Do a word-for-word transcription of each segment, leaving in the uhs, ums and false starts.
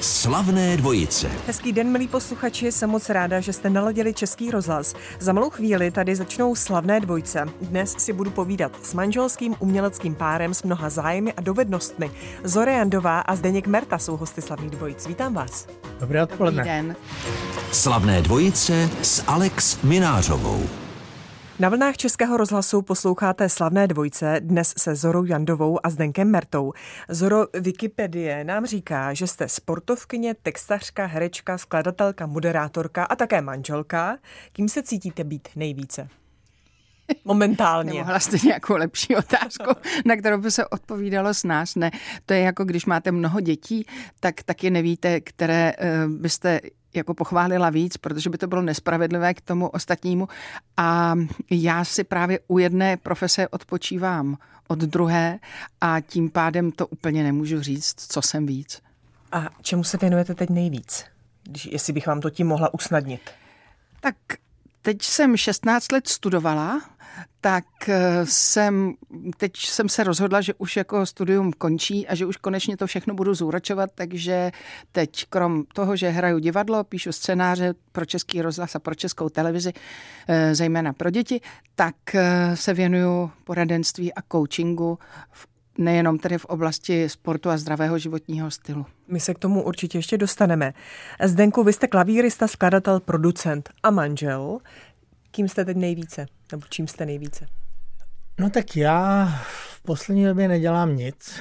Slavné dvojice. Hezký den, milí posluchači, jsem moc ráda, že jste naladili Český rozhlas. Za malou chvíli tady začnou Slavné dvojice. Dnes si budu povídat s manželským uměleckým párem s mnoha zájmy a dovednostmi. Zora Jandová a Zdeněk Merta jsou hosty Slavných dvojic. Vítám vás. Dobré odpoledne. Dobrý den. Slavné dvojice s Alex Minářovou. Na vlnách Českého rozhlasu posloucháte Slavné dvojice dnes se Zorou Jandovou a Zdenkem Mertou. Zoro, Wikipedie nám říká, že jste sportovkyně, textařka, herečka, skladatelka, moderátorka a také manželka. Kým se cítíte být nejvíce? Momentálně. Nemohla jste nějakou lepší otázku, na kterou by se odpovídalo s nás. Ne, to je jako když máte mnoho dětí, tak taky nevíte, které uh, byste jako pochválila víc, protože by to bylo nespravedlivé k tomu ostatnímu. A já si právě u jedné profese odpočívám od druhé a tím pádem to úplně nemůžu říct, co jsem víc. A čemu se věnujete teď nejvíc? Když, jestli bych vám to tím mohla usnadnit. Tak teď jsem šestnáct let studovala, tak jsem, teď jsem se rozhodla, že už jako studium končí a že už konečně to všechno budu zúročovat, takže teď krom toho, že hraju divadlo, píšu scénáře pro Český rozhlas a pro Českou televizi, zejména pro děti, tak se věnuju poradenství a coachingu nejenom tedy v oblasti sportu a zdravého životního stylu. My se k tomu určitě ještě dostaneme. Zdenku, vy jste klavírista, skladatel, producent a manžel. Kým jste teď nejvíce? Nebo čím jste nejvíce? No tak já v poslední době nedělám nic.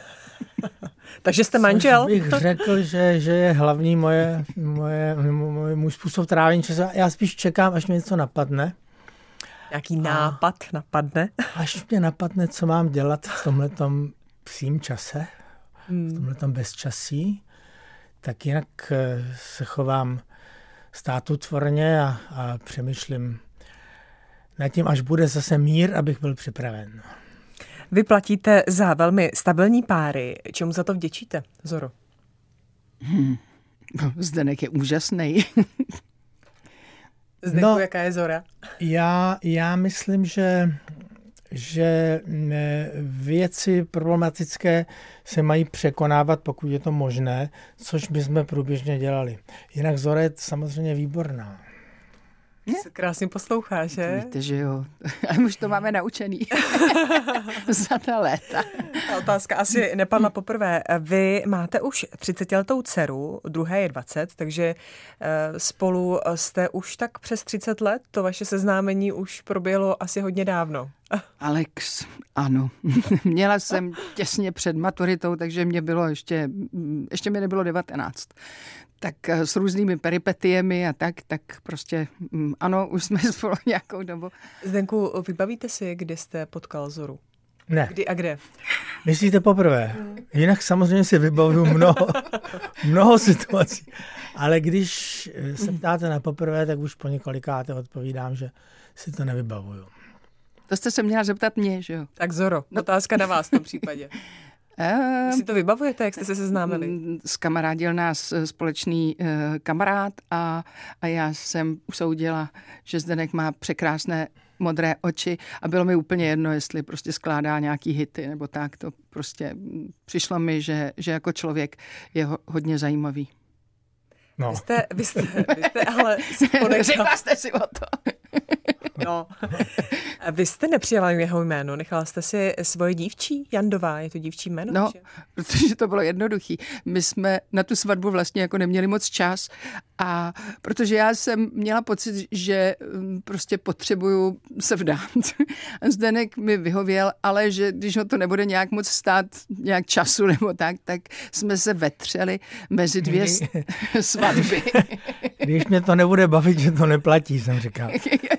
Takže jste manžel? Což bych řekl, že, že je hlavní moje, moje, moje, můj způsob trávení času. Já spíš čekám, až mě něco napadne. Jaký nápad a napadne? Až mě napadne, co mám dělat v tomhletom psím čase, hmm. v tomhletom bezčasí, tak jinak se chovám státotvorně a, a přemýšlím nad tím, až bude zase mír, abych byl připraven. Vy platíte za velmi stabilní páry. Čemu za to vděčíte, Zoro? Hmm. Zdeněk je úžasný. Zdenku, no, jaká je Zora? Já, já myslím, že, že věci problematické se mají překonávat, pokud je to možné, což bychom průběžně dělali. Jinak Zora je samozřejmě výborná. Se krásně poslouchá, že? Víte, že jo. Ale už to máme naučený za ta léta. Ta otázka asi nepadla poprvé. Vy máte už třicetiletou dceru, druhé je dvacet, takže spolu jste už tak přes třicet let. To vaše seznámení už proběhlo asi hodně dávno. Alex, ano. Měla jsem těsně před maturitou, takže mě bylo ještě, ještě mi nebylo devatenáct. Tak s různými peripetiemi a tak, tak prostě ano, už jsme spolu nějakou dobu. Zdenku, vybavíte si, kde jste potkal Zoru? Ne. Kdy a kde? Myslíte poprvé? Jinak samozřejmě si vybavuju mnoho, mnoho situací. Ale když se ptáte na poprvé, tak už po několikáté odpovídám, že si to nevybavuju. To jste se měla zeptat mě, že jo? Tak Zoro, otázka na vás v tom případě. Jak si to vybavujete, jak jste se seznámili? Zkamarádil nás společný uh, kamarád a, a já jsem usoudila, že Zdeněk má překrásné modré oči a bylo mi úplně jedno, jestli prostě skládá nějaký hity nebo tak. To prostě přišlo mi, že, že jako člověk je ho, hodně zajímavý. No. Vy jste, vy jste, vy jste ale... Řekla jste si o to. No. Vy jste nepřijala jeho jméno, nechala jste si svoje dívčí Jandová, je to dívčí jméno? No, že? Protože to bylo jednoduchý. My jsme na tu svatbu vlastně jako neměli moc čas a protože já jsem měla pocit, že prostě potřebuju se vdát. Zdeněk mi vyhověl, ale že když ho to nebude nějak moc stát nějak času nebo tak, tak jsme se vetřeli mezi dvě svatby. Když mě to nebude bavit, že to neplatí, jsem říkal.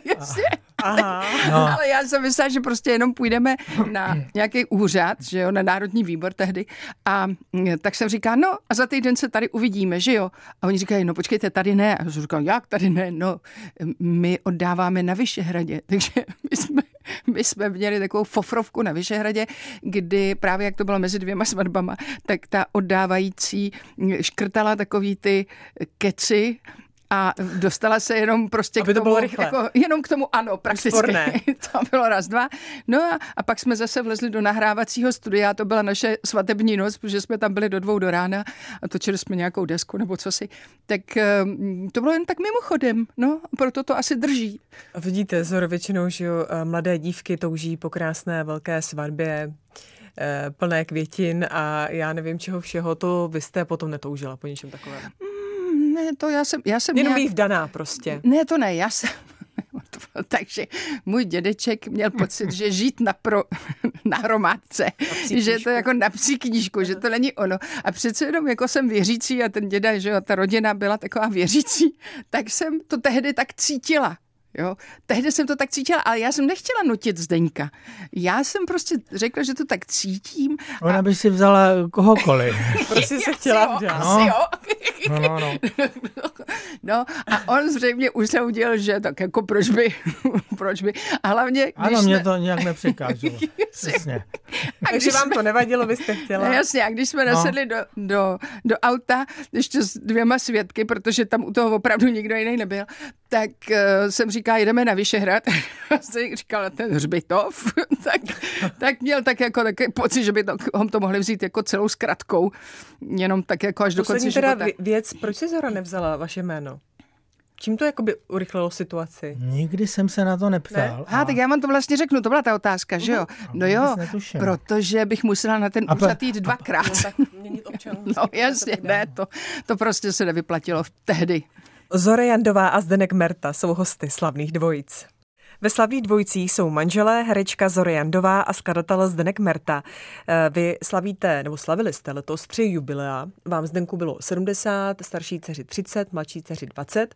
Aha. No. Ale já jsem myslela, že prostě jenom půjdeme na nějaký úřad, že jo, na Národní výbor tehdy a tak jsem říká, no a za týden se tady uvidíme, že jo. A oni říkají, no počkejte, tady ne. A já jsem říkal, jak tady ne? No, my oddáváme na Vyšehradě, takže my jsme, my jsme měli takovou fofrovku na Vyšehradě, kdy právě jak to bylo mezi dvěma svatbama, tak ta oddávající škrtala takový ty keci a dostala se jenom prostě Aby k tomu, to bylo rychle. Jako, jenom k tomu ano, prakticky. Sporné. To bylo raz, dva. No a, a pak jsme zase vlezli do nahrávacího studia, to byla naše svatební noc, protože jsme tam byli do dvou do rána a točili jsme nějakou desku nebo cosi. Tak to bylo jen tak mimochodem, no, proto to asi drží. A vidíte, Zoro, většinou, že jo, mladé dívky touží po krásné velké svatbě, plné květin a já nevím čeho všeho, to vy jste potom netoužila po něčem takovém. Mm, ne, to já jsem, já jsem Jenom nějak... být vdaná prostě. Ne, to ne, já jsem... Takže můj dědeček měl pocit, že žít na, pro, na hromádce, že je to jako na psí knížku, že to není ono. A přece jenom jako jsem věřící a ten děda, že jo, ta rodina byla taková věřící, tak jsem to tehdy tak cítila. Jo, tehdy jsem to tak cítila, ale já jsem nechtěla nutit Zdeňka. Já jsem prostě řekla, že to tak cítím. A... Ona by si vzala kohokoliv. Prostě se chtěla vdát. No. Jo. No, no, no. No a on zřejmě usoudil, že tak jako proč by, proč by. A hlavně, když ano, jsme... mě to nějak nepřekáželo. Přesně. Takže vám to nevadilo, vy jste chtěla. No jasně, a když jsme no. nasedli do, do, do auta, ještě s dvěma svědky, protože tam u toho opravdu nikdo jiný nebyl, tak uh, jsem říká, jedeme na Vyšehrad. A jsem říkala, ten hřbitov. tak, tak měl tak jako takový pocit, že by to, on to mohli vzít jako celou zkratkou, jenom tak jako až do konce teda života. Věc, proč si Zora nevzala vaše jméno? Čím to jakoby urychlilo situaci? Nikdy jsem se na to neptal. Ne? Aha, tak já vám to vlastně řeknu, to byla ta otázka, že jo? No jo, protože bych musela na ten A úřad jít dvakrát. No, tak měnit občanů. No jasně, ne, to, to prostě se nevyplatilo tehdy. Zora Jandová a Zdeněk Merta jsou hosty Slavných dvojic. Ve Slavných dvojicích jsou manželé, herečka Zora Jandová a skladatel Zdeněk Merta. Vy slavíte, nebo slavili jste letos tři jubilea. Vám, Zdenku, bylo sedmdesát, starší dceři třicet, mladší dceři dvacet.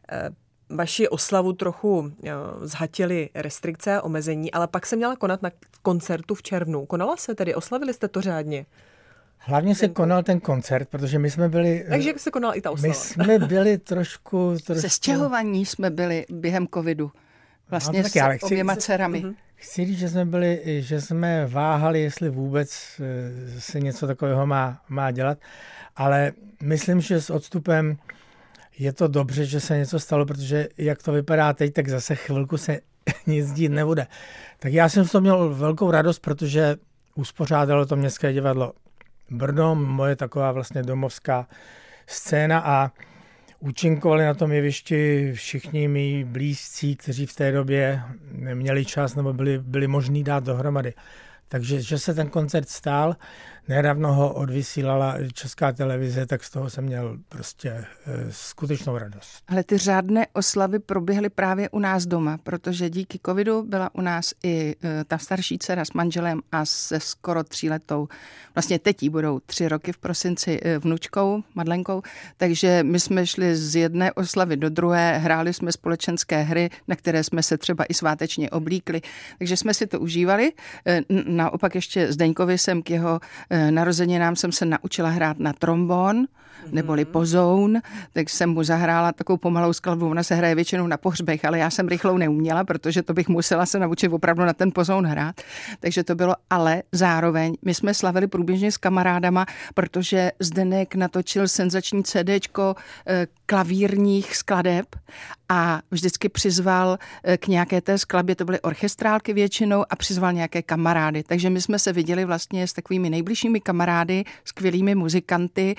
Vaši oslavu trochu zhatily restrikce a omezení, ale pak se měla konat na koncertu v červnu. Konala se tedy? Oslavili jste to řádně? Hlavně se konal ten koncert, protože my jsme byli... Takže se konala i ta oslava. My jsme byli trošku... trošku... Sestěhovaní jsme byli během covidu. Vlastně no, s chci, oběma dcerami. Uh-huh. Chci říct, že jsme byli, že jsme váhali, jestli vůbec se něco takového má, má dělat, ale myslím, že s odstupem je to dobře, že se něco stalo, protože jak to vypadá teď, tak zase chvilku se nic dít nebude. Tak já jsem v tom měl velkou radost, protože uspořádalo to Městské divadlo Brno, moje taková vlastně domovská scéna, a účinkovali na tom jevišti všichni mý blízcí, kteří v té době neměli čas nebo byli, byli možný dát dohromady. Takže že se ten koncert stál, nedávno ho odvysílala Česká televize, tak z toho jsem měl prostě e, skutečnou radost. Ale ty řádné oslavy proběhly právě u nás doma, protože díky covidu byla u nás i e, ta starší dcera s manželem a se skoro tříletou, vlastně teď jí budou tři roky v prosinci e, vnučkou, Madlenkou, takže my jsme šli z jedné oslavy do druhé, hráli jsme společenské hry, na které jsme se třeba i svátečně oblíkli, takže jsme si to užívali. E, naopak ještě Zdeňkovi jsem k jeho narozeninám jsem se naučila hrát na trombon, neboli pozoun, tak jsem mu zahrála takovou pomalou skladbu, ona se hraje většinou na pohřbech, ale já jsem rychlou neuměla, protože to bych musela se naučit opravdu na ten pozoun hrát, takže to bylo, ale zároveň my jsme slavili průběžně s kamarádama, protože Zdeněk natočil senzační CDčko klavírních skladeb a vždycky přizval k nějaké té skladbě, to byly orchestrálky většinou, a přizval nějaké kamarády, takže my jsme se viděli vlastně s takovými nejbližšími kamarády, skvělými muzikanty,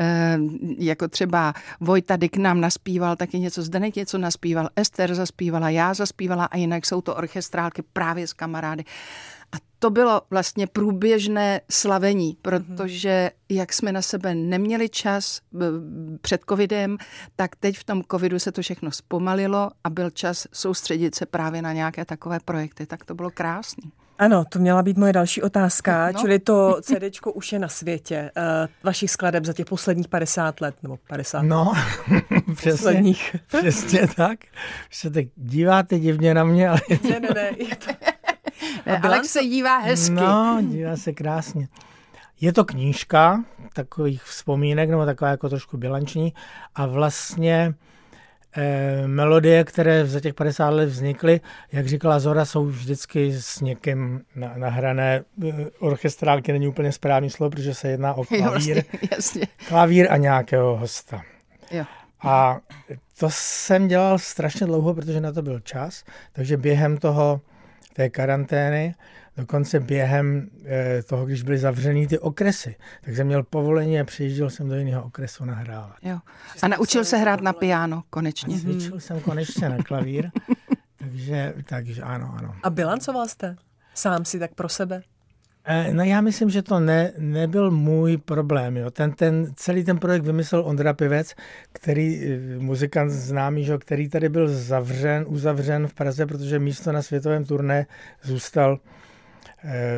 jako třeba Vojta Dyk nám naspíval, taky něco, Zdeněk něco naspíval, Ester zaspívala, já zaspívala a jinak jsou to orchestrálky právě s kamarády. A to bylo vlastně průběžné slavení, protože jak jsme na sebe neměli čas před covidem, tak teď v tom covidu se to všechno zpomalilo a byl čas soustředit se právě na nějaké takové projekty. Tak to bylo krásný. Ano, to měla být moje další otázka, no. Čili to CDčko už je na světě. Uh, vašich skladeb za těch posledních padesát let, nebo padesát No, přesně, přesně tak. Už se tak díváte divně na mě, ale... Ne, ne, ne. Je to... Alex se dívá hezky. No, dívá se krásně. Je to knížka takových vzpomínek, nebo taková jako trošku bilanční, a vlastně eh, melodie, které za těch padesát let vznikly, jak říkala Zora, jsou vždycky s někým na, nahrané. Orchestrálky není úplně správný slovo, protože se jedná o klavír, jo, vlastně, jasně. klavír a nějakého hosta. Jo. A to jsem dělal strašně dlouho, protože na to byl čas, takže během toho, té karantény, dokonce během eh, toho, když byly zavřený ty okresy, tak jsem měl povolení a přijížděl jsem do jiného okresu nahrávat. Jo. A naučil se hrát na piano konečně. A cvičil jsem konečně na klavír, takže, takže ano, ano. A bilancoval jste sám si tak pro sebe? No já myslím, že to ne, nebyl můj problém. Jo. Ten, ten, celý ten projekt vymyslel Ondra Pivec, který, muzikant známý, že, který tady byl zavřen, uzavřen v Praze, protože místo na světovém turné zůstal e,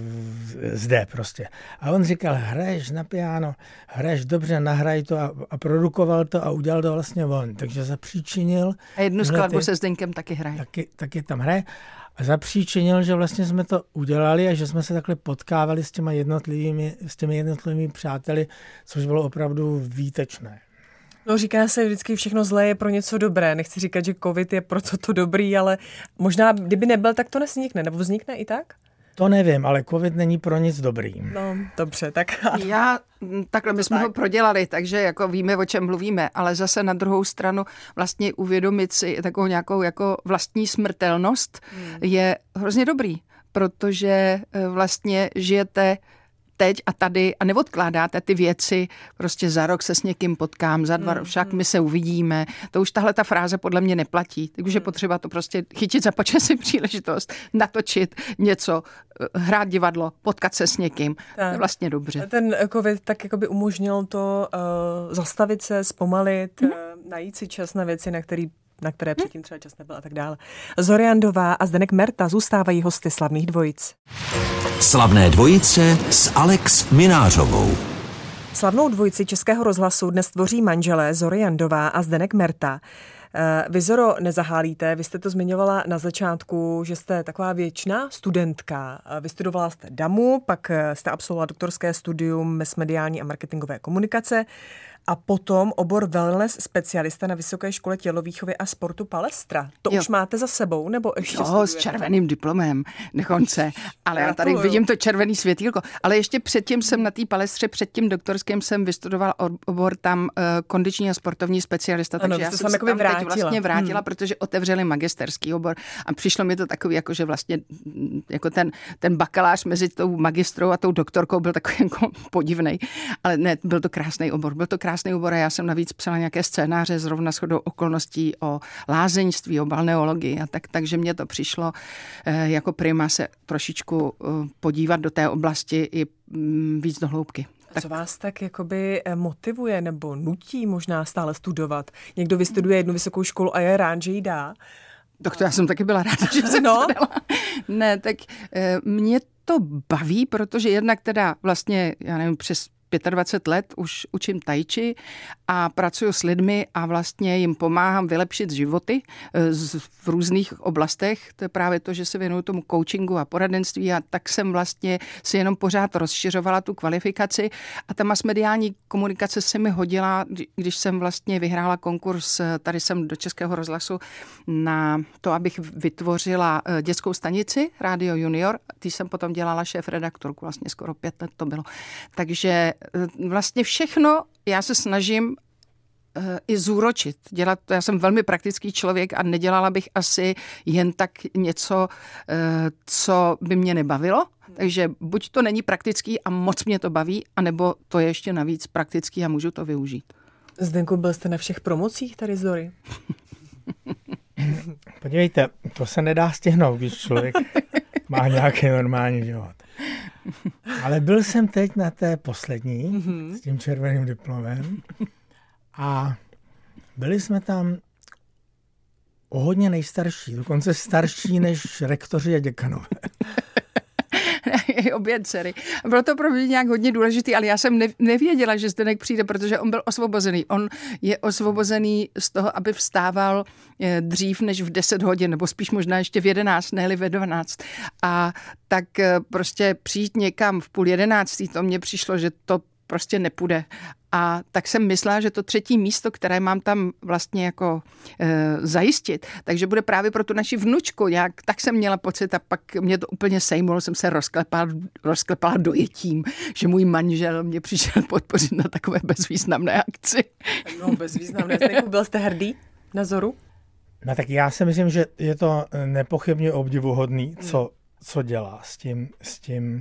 zde prostě. A on říkal, hraješ na piano, hraješ dobře, nahraj to a, a produkoval to a udělal to vlastně on. Takže zapříčinil. A jednu skladbu se Zdeňkem taky hraje. Taky, taky tam hraje. A zapříčinil, že vlastně jsme to udělali a že jsme se takhle potkávali s těma jednotlivými, s těmi jednotlivými přáteli, což bylo opravdu výtečné. No říká se vždycky všechno zlé je pro něco dobré. Nechci říkat, že covid je pro to dobrý, ale možná kdyby nebyl, tak to nevznikne. Nebo vznikne i tak? To nevím, ale covid není pro nic dobrý. No, dobře, tak... Já, takhle my jsme tak. ho prodělali, takže jako víme, o čem mluvíme, ale zase na druhou stranu vlastně uvědomit si takovou nějakou jako vlastní smrtelnost hmm. je hrozně dobrý, protože vlastně žijete teď a tady a neodkládáte ty věci, prostě za rok se s někým potkám, za dva, mm, však my se uvidíme. To už tahle ta fráze podle mě neplatí. Takže je potřeba to prostě chytit za počasí příležitost, natočit něco, hrát divadlo, potkat se s někým. Tak. To je vlastně dobře. Ten covid tak jakoby umožnil to uh, zastavit se, zpomalit, mm. uh, najít si čas na věci, na který na které předtím třeba čas nebyl a tak dále. Zora Jandová a Zdeněk Merta zůstávají hosty Slavných dvojic. Slavné dvojice s Alex Minářovou. Slavnou dvojici Českého rozhlasu dnes tvoří manželé Zora Jandová a Zdeněk Merta. Vy, Zoro, nezahálíte, vy jste to zmiňovala na začátku, že jste taková věčná studentka. Vystudovala jste DAMu, pak jste absolvovala doktorské studium mediální a marketingové komunikace a potom obor wellness specialista na Vysoké škole tělovýchovy a sportu Palestra. To jo. už máte za sebou, nebo ještě jo, studujete? S červeným diplomem dokonce. Ale já tady vidím to červený světýlko. Ale ještě předtím jsem na té Palestře, před tím doktorským jsem vystudovala obor tam uh, kondiční a sportovní specialista. Ano, takže já jsem se tam vrátila. teď vlastně vrátila, hmm. protože otevřeli magisterský obor a přišlo mi to takový, jako že vlastně jako ten, ten bakalář mezi tou magistrou a tou doktorkou byl takový jako podivnej. Ale ne, byl to krásný obor. Byl to krásný obor a já jsem navíc psala nějaké scénáře zrovna shodou okolností o lázeňství, o balneologii a tak, takže mně to přišlo eh, jako prima se trošičku eh, podívat do té oblasti i mm, víc do hloubky. Tak. Co vás tak jakoby motivuje nebo nutí možná stále studovat? Někdo vystuduje jednu vysokou školu a je rád, že ji dá. Tak to já jsem taky byla ráda, že jsem no. to dala. Ne, tak eh, mě to baví, protože jednak teda vlastně, já nevím, přes dvacet pět let už učím tai chi a pracuji s lidmi a vlastně jim pomáhám vylepšit životy v různých oblastech. To je právě to, že se věnuju tomu coachingu a poradenství a tak jsem vlastně si jenom pořád rozšiřovala tu kvalifikaci a ta masmediální komunikace se mi hodila, když jsem vlastně vyhrála konkurs, tady jsem do Českého rozhlasu na to, abych vytvořila dětskou stanici Radio Junior. Ty jsem potom dělala šéf-redaktorku, vlastně skoro pět let to bylo. Takže vlastně všechno já se snažím uh, i zúročit. Dělat, já jsem velmi praktický člověk a nedělala bych asi jen tak něco, uh, co by mě nebavilo. Takže buď to není praktický a moc mě to baví, anebo to je ještě navíc praktický a můžu to využít. Zdenku, byl jste na všech promocích tady z Zory? Podívejte, to se nedá stihnout, když člověk má nějaký normální život. Ale byl jsem teď na té poslední mm-hmm. s tím červeným diplomem a byli jsme tam o hodně nejstarší, dokonce starší než rektoři a děkanové. Obě dcery. Bylo to pro mě nějak hodně důležitý, ale já jsem nevěděla, že Zdeněk přijde, protože on byl osvobozený. On je osvobozený z toho, aby vstával dřív než v deset hodin, nebo spíš možná ještě v jedenáct, ne-li ve dvanáct. A tak prostě přijít někam v půl jedenáctý, to mně přišlo, že to prostě nepůjde. A tak jsem myslela, že to třetí místo, které mám tam vlastně jako e, zajistit, takže bude právě pro tu naši vnučku. Jak, tak jsem měla pocit a pak mě to úplně sejmulo, jsem se rozklepala, rozklepala dojetím, že můj manžel mě přišel podpořit na takové bezvýznamné akci. No bezvýznamné. Zdenku, byl jste hrdý na Zoru? No tak já si myslím, že je to nepochybně obdivuhodný, co, co dělá s tím, s tím,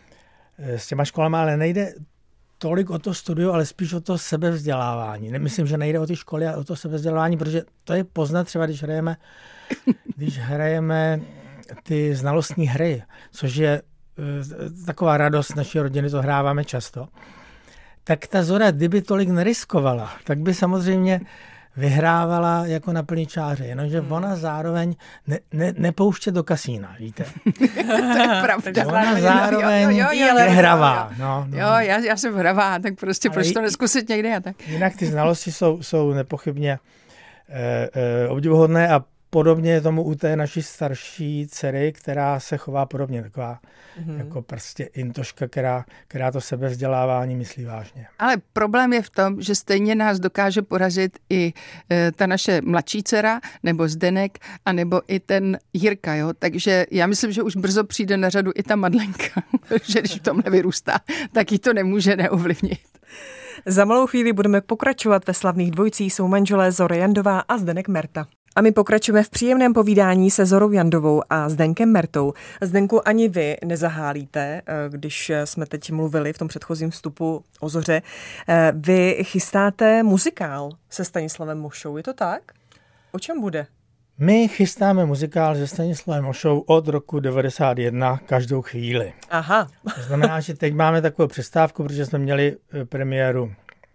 s těma školama, ale nejde tolik o to studiu, ale spíš o to sebevzdělávání. Nemyslím, že nejde o ty školy, ale o to sebevzdělávání, protože to je poznat třeba, když hrajeme, když hrajeme ty znalostní hry, což je taková radost naší rodiny, to hráváme často. Tak ta Zora, kdyby tolik neriskovala, tak by samozřejmě vyhrávala jako na plný čáře, jenomže hmm. ona zároveň ne, ne, nepouště do kasína, víte. To je pravda. Ona zároveň jo, jo, jo, jo, je hravá. No, no. Jo, já, já jsem hravá, tak prostě ale proč to neskusit někde a tak. Jinak ty znalosti jsou, jsou nepochybně eh, eh, obdivuhodné a podobně je tomu u té naší starší dcery, která se chová podobně, taková mm-hmm. jako prostě intoška, která, která to sebevzdělávání myslí vážně. Ale problém je v tom, že stejně nás dokáže porazit i e, ta naše mladší dcera, nebo Zdenek, anebo i ten Jirka, jo. Takže já myslím, že už brzo přijde na řadu i ta Madlenka, že když v tom nevyrůstá, tak ji to nemůže neovlivnit. Za malou chvíli budeme pokračovat ve slavných dvojicích jsou manželé Zora Jandová a Zdeněk Merta. A my pokračujeme v příjemném povídání se Zorou Jandovou a Zdenkem Mertou. Zdenku, ani vy nezahálíte, když jsme teď mluvili v tom předchozím vstupu o Zoře. Vy chystáte muzikál se Stanislavem Mošou, je to tak? O čem bude? My chystáme muzikál se Stanislavem Mošou od roku devadesát jedna každou chvíli. Aha. To znamená, že teď máme takovou přestávku, protože jsme měli premiéru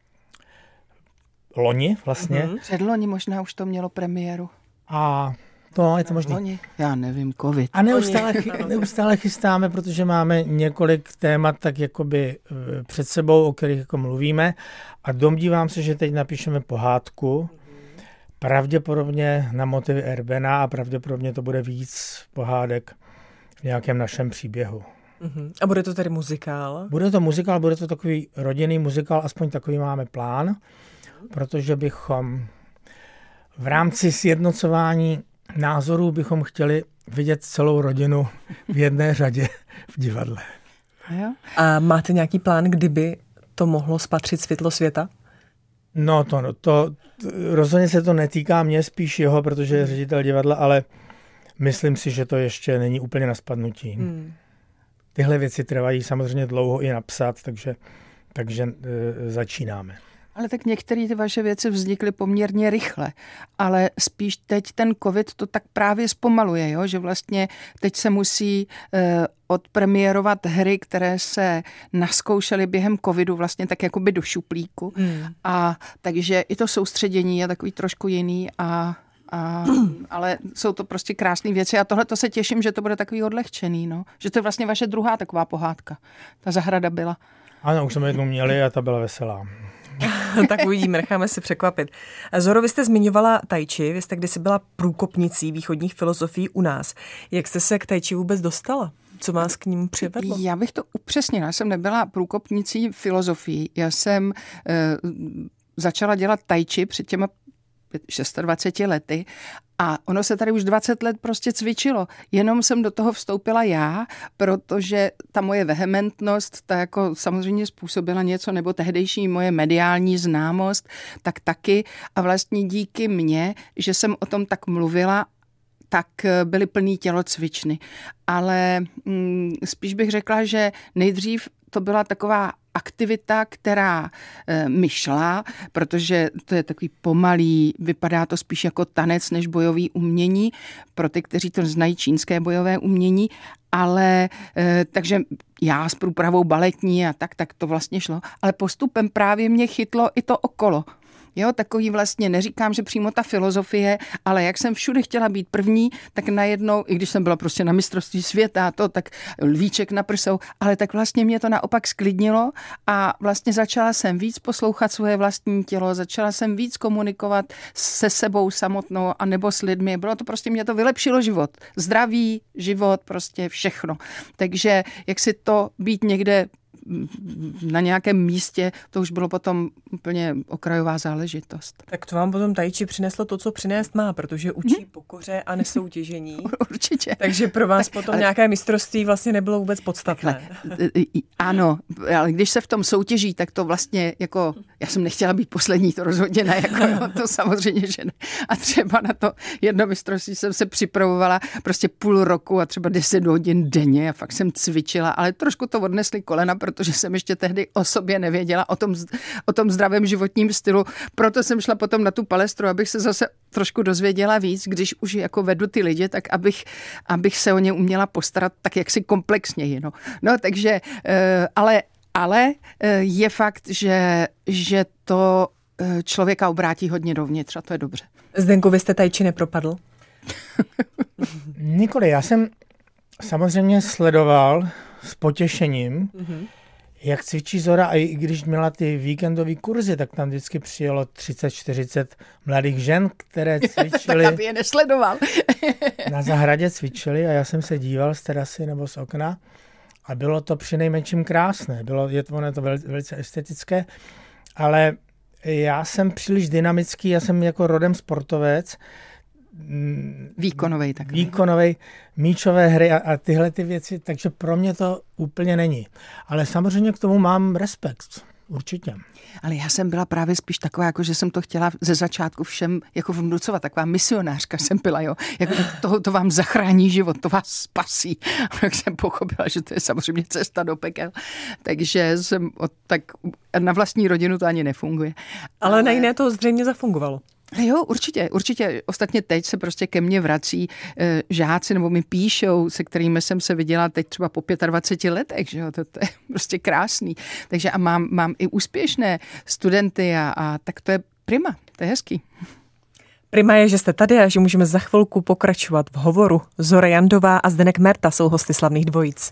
loni vlastně. Mm-hmm. Předloni možná už to mělo premiéru. A to je to možný. Loni. Já nevím, covid. A neustále, neustále chystáme, protože máme několik témat tak jakoby před sebou, o kterých jako mluvíme. A domnívám se, že teď napíšeme pohádku. Pravděpodobně na motivy Erbena a pravděpodobně to bude víc pohádek v nějakém našem příběhu. Uh-huh. A bude to tedy muzikál? Bude to muzikál, bude to takový rodinný muzikál, aspoň takový máme plán, protože bychom v rámci sjednocování názorů bychom chtěli vidět celou rodinu v jedné řadě v divadle. A, jo? A máte nějaký plán, kdyby to mohlo spatřit světlo světa? No to, to, to rozhodně se to netýká mě, spíš jeho, protože je ředitel divadla, ale myslím si, že to ještě není úplně na spadnutí. Hmm. Tyhle věci trvají samozřejmě dlouho i napsat, takže, takže e, začínáme. Ale tak některé ty vaše věci vznikly poměrně rychle, ale spíš teď ten covid to tak právě zpomaluje, jo? Že vlastně teď se musí eh, odpremiérovat hry, které se naskoušely během covidu vlastně tak jakoby do šuplíku. Mm. A takže i to soustředění je takový trošku jiný a A, ale jsou to prostě krásné věci a tohle to se těším, že to bude takový odlehčený, no. Že to je vlastně vaše druhá taková pohádka. Ta zahrada byla. Ano, už jsme jednou měli a ta byla veselá. Tak uvidíme, necháme si překvapit. Zoro, vy jste zmiňovala tai chi, vy jste kdysi byla průkopnicí východních filozofií u nás. Jak jste se k tai chi vůbec dostala? Co vás k ním přivedlo? Já bych to upřesnila. Já jsem nebyla průkopnicí filozofií. Já jsem e, začala dělat tai chi před těma dvaceti šesti lety a ono se tady už dvacet let prostě cvičilo. Jenom jsem do toho vstoupila já, protože ta moje vehementnost, ta jako samozřejmě způsobila něco, nebo tehdejší moje mediální známost, tak taky a vlastně díky mně, že jsem o tom tak mluvila, tak byly plný tělocvičny. Ale mm, spíš bych řekla, že nejdřív to byla taková aktivita, která e, mi šla, protože to je takový pomalý, vypadá to spíš jako tanec než bojový umění, pro ty, kteří to znají čínské bojové umění, ale e, takže já s průpravou baletní a tak, tak to vlastně šlo, ale postupem právě mě chytlo i to okolo. Jo, takový vlastně, neříkám, že přímo ta filozofie, ale jak jsem všude chtěla být první, tak najednou, i když jsem byla prostě na mistrovství světa, to tak lvíček na prsou, ale tak vlastně mě to naopak sklidnilo a vlastně začala jsem víc poslouchat svoje vlastní tělo, začala jsem víc komunikovat se sebou samotnou a nebo s lidmi. Bylo to prostě, mě to vylepšilo život. Zdraví, život, prostě všechno. Takže jak si to být někde na nějakém místě, to už bylo potom úplně okrajová záležitost. Tak to vám potom Tajči přineslo to, co přinést má, protože učí hmm. pokoře a nesoutěžení. Určitě. Takže pro vás tak, potom ale... nějaké mistrovství vlastně nebylo vůbec podstatné. Takhle, ano, ale když se v tom soutěží, tak to vlastně jako, já jsem nechtěla být poslední, to rozhodně ne, jako no, to samozřejmě, že ne. A třeba na to jedno mistrovství jsem se připravovala prostě půl roku a třeba deset hodin denně a fakt jsem cvičila, ale trošku to odnesly kolena, protože jsem ještě tehdy o sobě nevěděla, o tom, o tom zdravém životním stylu. Proto jsem šla potom na tu palestru, abych se zase trošku dozvěděla víc, když už jako vedu ty lidi, tak abych, abych se o ně uměla postarat tak jaksi komplexněji. No, no takže, ale, ale je fakt, že, že to člověka obrátí hodně dovnitř a to je dobře. Zdenku, vy jste Tajči nepropadl? Nikoli, já jsem samozřejmě sledoval s potěšením, mm-hmm. jak cvičí Zora, a i když měla ty víkendové kurzy, tak tam vždycky přijelo třicet čtyřicet mladých žen, které cvičily. Tak aby je nesledoval. Na zahradě cvičili a já jsem se díval z terasy nebo z okna a bylo to přinejmenším krásné. Bylo, je to, ono je to velice, velice estetické, ale já jsem příliš dynamický, já jsem jako rodem sportovec, Výkonovej takový. Výkonovej, míčové hry a, a tyhle ty věci, takže pro mě to úplně není. Ale samozřejmě k tomu mám respekt, určitě. Ale já jsem byla právě spíš taková, jako že jsem to chtěla ze začátku všem jako vnucovat, taková misionářka jsem byla, jo. Jako to, to vám zachrání život, to vás spasí. A tak jsem pochopila, že to je samozřejmě cesta do pekel. Takže jsem od, tak na vlastní rodinu to ani nefunguje. Ale, Ale na jiné to zřejmě zafungovalo. Jo, určitě, určitě. Ostatně teď se prostě ke mně vrací e, žáci, nebo mi píšou, se kterými jsem se viděla teď třeba po dvaceti pěti letech, že jo, to, to je prostě krásný. Takže a mám, mám i úspěšné studenty a, a tak to je prima, to je hezký. Prima je, že jste tady a že můžeme za chvilku pokračovat v hovoru. Zora Jandová a Zdeněk Merta jsou hosty Slavných dvojic.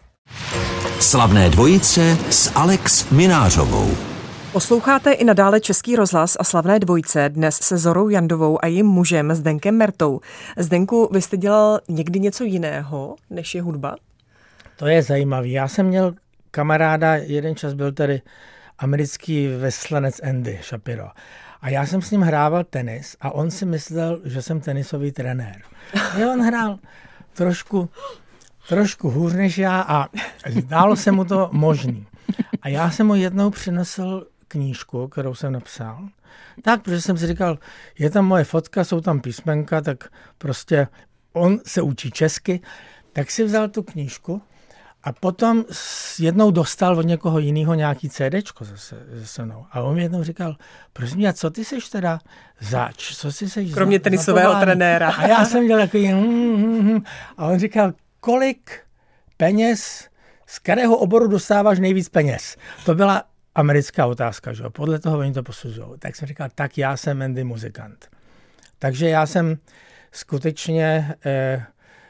Slavné dvojice s Alex Minářovou. Posloucháte i nadále Český rozhlas a Slavné dvojice, dnes se Zorou Jandovou a jejím mužem Zdenkem Mertou. Zdenku, vy jste dělal někdy něco jiného, než je hudba? To je zajímavý. Já jsem měl kamaráda, jeden čas byl tady americký veslanec Andy Shapiro. A já jsem s ním hrával tenis a on si myslel, že jsem tenisový trenér. A on hrál trošku, trošku hůř než já a zdálo se mu to možný. A já jsem mu jednou přinesl knížku, kterou jsem napsal. Tak, protože jsem si říkal, je tam moje fotka, jsou tam písmenka, tak prostě on se učí česky. Tak si vzal tu knížku a potom jednou dostal od někoho jiného nějaký CDčko zase se mnou. A on mi jednou říkal, prosím mě, co ty seš teda zač? Co ty seš kromě za, tenisového za trenéra. A já jsem dělal takový hm, hm, hm. A on říkal, kolik peněz, z kterého oboru dostáváš nejvíc peněz? To byla americká otázka, že? Podle toho oni to posuzují. Tak jsem říkal, tak já jsem Andy muzikant. Takže já jsem skutečně eh,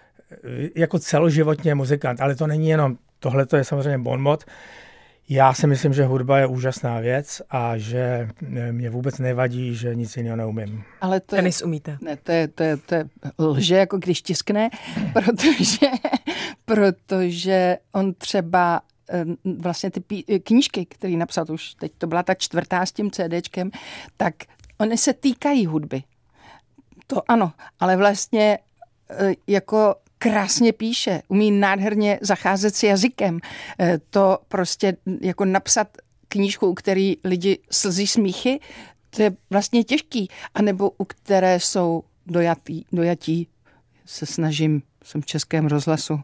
jako celoživotně muzikant, ale to není jenom, tohle to je samozřejmě bonmot. Já si myslím, že hudba je úžasná věc a že mě vůbec nevadí, že nic jiného neumím. Ale to tenis umíte. Ne, to je, to je, to je lže, jako když tiskne, protože, protože on třeba vlastně ty pí, knížky, které napsal, to už teď to byla ta čtvrtá s tím CDčkem, tak oni se týkají hudby. To ano, ale vlastně jako krásně píše, umí nádherně zacházet s jazykem. To prostě jako napsat knížku, u který lidi slzí smíchy, to je vlastně těžký. A nebo u které jsou dojatý, dojatí, se snažím, jsem v Českém rozhlasu,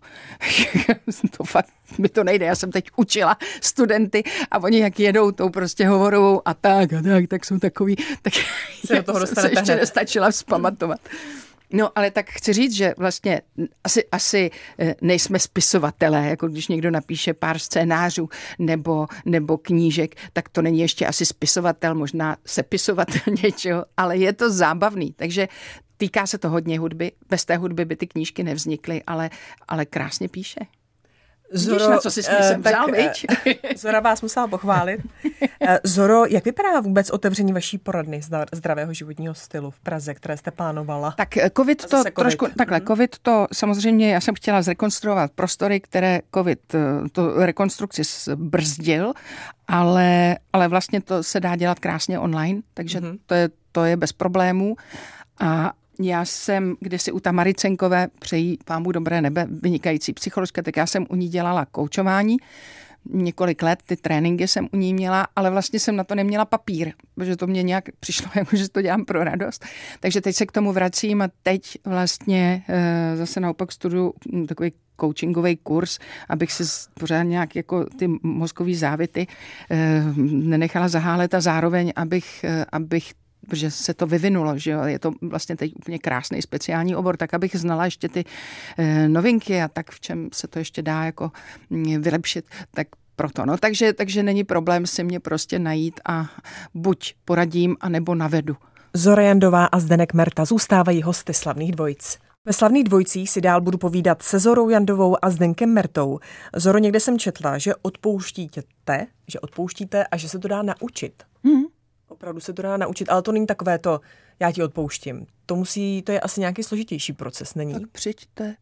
to fakt mi to nejde, já jsem teď učila studenty a oni jak jedou tou prostě hovorou a tak a tak, tak jsou takový, tak se do toho jsem se ještě nestačila vzpamatovat. No, ale tak chci říct, že vlastně asi, asi nejsme spisovatelé, jako když někdo napíše pár scénářů nebo, nebo knížek, tak to není ještě asi spisovatel, možná sepisovatel něčeho, ale je to zábavný, takže týká se to hodně hudby, bez té hudby by ty knížky nevznikly, ale, ale krásně píše. Zoro, Vidíš, na co jsi mě sem vzal, viď? Zora vás musela pochválit. Zoro, jak vypadá vůbec otevření vaší poradny zdravého životního stylu v Praze, které jste plánovala? Tak covid to COVID. trošku, takhle, covid to samozřejmě, já jsem chtěla zrekonstruovat prostory, které covid to rekonstrukci zbrzdil, ale, ale vlastně to se dá dělat krásně online, takže mm-hmm. to je, to je bez problémů. A já jsem kdysi u Tamary Cenkové, přejí pámu dobré nebe, vynikající psycholožka, tak já jsem u ní dělala koučování. Několik let ty tréninky jsem u ní měla, ale vlastně jsem na to neměla papír, protože to mě nějak přišlo, jako že to dělám pro radost. Takže teď se k tomu vracím a teď vlastně e, zase naopak studuju takový coachingový kurz, abych si pořád nějak jako ty mozkový závity e, nenechala zahálet a zároveň, abych, e, abych protože se to vyvinulo, že jo, je to vlastně teď úplně krásný speciální obor, tak abych znala ještě ty e, novinky a tak v čem se to ještě dá jako vylepšit, tak proto. No, takže, takže není problém si mě prostě najít a buď poradím, anebo navedu. Zora Jandová a Zdeněk Merta zůstávají hosty Slavných dvojic. Ve Slavných dvojicích si dál budu povídat se Zorou Jandovou a Zdeňkem Mertou. Zoro, někde jsem četla, že odpouštíte, že odpouštíte a že se to dá naučit. Hmm. Opravdu se to dá naučit, ale to není takové to, já ti odpouštím. To musí, to je asi nějaký složitější proces, není? Tak přijďte.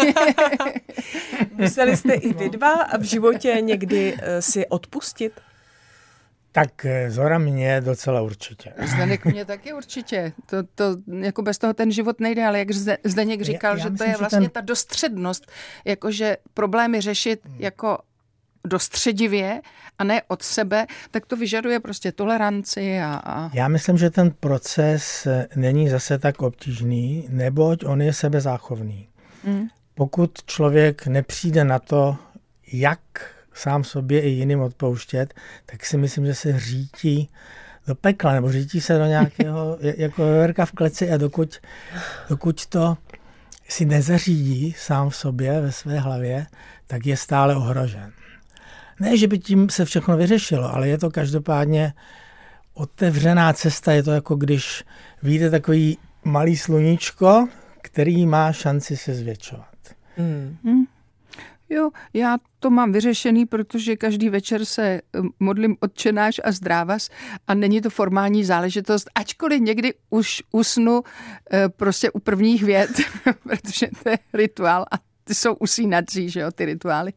Museli jste i vy dva v životě někdy si odpustit? Tak Zora mě docela určitě. Zdeněk mě taky určitě. To, to, jako bez toho ten život nejde, ale jak Zdeněk říkal, já, já že myslím, to je vlastně ten... ta dostřednost, jakože problémy řešit hmm. jako dostředivě a ne od sebe, tak to vyžaduje prostě toleranci. A, a... Já myslím, že ten proces není zase tak obtížný, neboť on je sebezáchovný. Mm. Pokud člověk nepřijde na to, jak sám sobě i jiným odpouštět, tak si myslím, že se řítí do pekla, nebo řítí se do nějakého, jako veverka v kleci a dokud, dokud to si nezařídí sám v sobě, ve své hlavě, tak je stále ohrožen. Ne, že by tím se všechno vyřešilo, ale je to každopádně otevřená cesta. Je to jako když vyjde takový malý sluníčko, který má šanci se zvětšovat. Hmm. Hmm. Jo, já to mám vyřešený, protože každý večer se modlím Otčenáš a zdrávas a není to formální záležitost, ačkoliv někdy už usnu prostě u prvních vět, protože to je rituál a ty jsou usínací, že jo, ty rituály.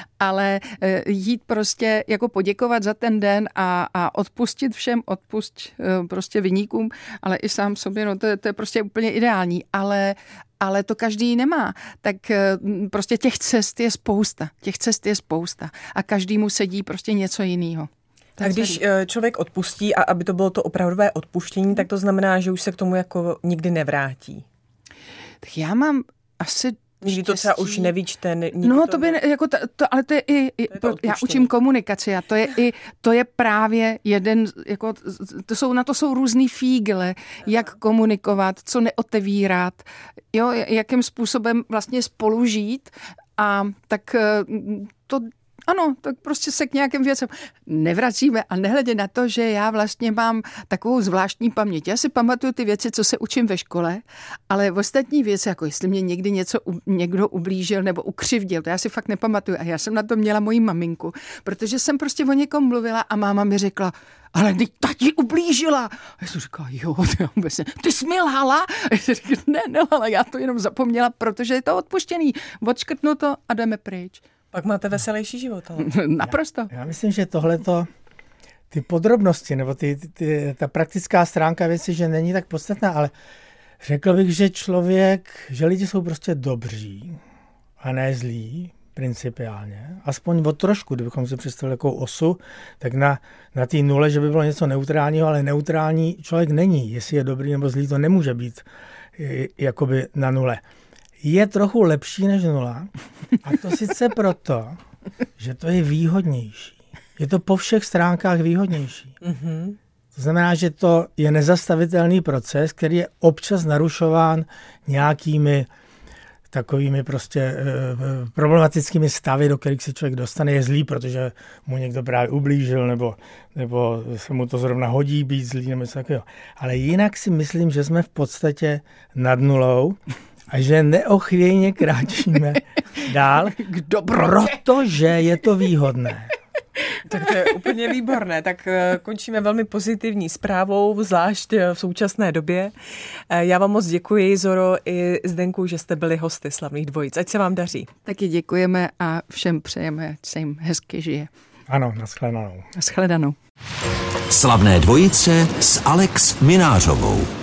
Ale e, jít prostě jako poděkovat za ten den a, a odpustit všem, odpust e, prostě viníkům, ale i sám sobě, no to, to je prostě úplně ideální, ale, ale to každý nemá. Tak e, prostě těch cest je spousta, těch cest je spousta a každému sedí prostě něco jiného. A když člověk odpustí a aby to bylo to opravdové odpuštění, tak to znamená, že už se k tomu jako nikdy nevrátí. Tak já mám asi Nikdy to třeba už nevíčte. No to by, jako to, to, ale to je i, i to je já učím komunikaci a to je i, to je právě jeden, jako, to jsou, na to jsou různý fígle, jak komunikovat, co neotevírat, jo, jakým způsobem vlastně spolu žít a tak to ano, tak prostě se k nějakým věcem nevracíme a nehledě na to, že já vlastně mám takovou zvláštní paměť. Já si pamatuju ty věci, co se učím ve škole, ale ostatní věci, jako jestli mě někdy něco někdo ublížil nebo ukřivdil, to já si fakt nepamatuju. A já jsem na to měla moji maminku, protože jsem prostě o někom mluvila a máma mi řekla, ale ty tati ublížila. A já jsem říkala, jo, to je vůbec ne. Ty jsi mi lhala? A já jsem říkala, ne, nelhala, já to jenom zapomněla, protože je to odpuštěný. Odškrtnu to a jdeme pryč. Pak máte veselější život. Ale. Naprosto. Já, já myslím, že tohleto, ty podrobnosti, nebo ty, ty, ty, ta praktická stránka věci, že není tak podstatná, ale řekl bych, že člověk, že lidi jsou prostě dobří a ne zlí, principiálně. Aspoň o trošku, kdybychom si představili takovou osu, tak na, na té nule, že by bylo něco neutrálního, ale neutrální člověk není. Jestli je dobrý nebo zlý, to nemůže být jakoby na nule. Je trochu lepší než nula a to sice proto, že to je výhodnější. Je to po všech stránkách výhodnější. Mm-hmm. To znamená, že to je nezastavitelný proces, který je občas narušován nějakými takovými prostě e, problematickými stavy, do kterých se člověk dostane. Je zlý, protože mu někdo právě ublížil, nebo, nebo se mu to zrovna hodí být zlý, nebo něco takového. Ale jinak si myslím, že jsme v podstatě nad nulou a že neochvějně kráčíme dál, K dobrotě. protože je to výhodné. Tak to je úplně výborné. Tak končíme velmi pozitivní zprávou, zvlášť v současné době. Já vám moc děkuji, Zoro i Zdenku, že jste byli hosty Slavných dvojic. Ať se vám daří. Taky děkujeme a všem přejeme, ať se jim hezky žije. Ano, nashledanou. Nashledanou. Slavné dvojice s Alex Minářovou.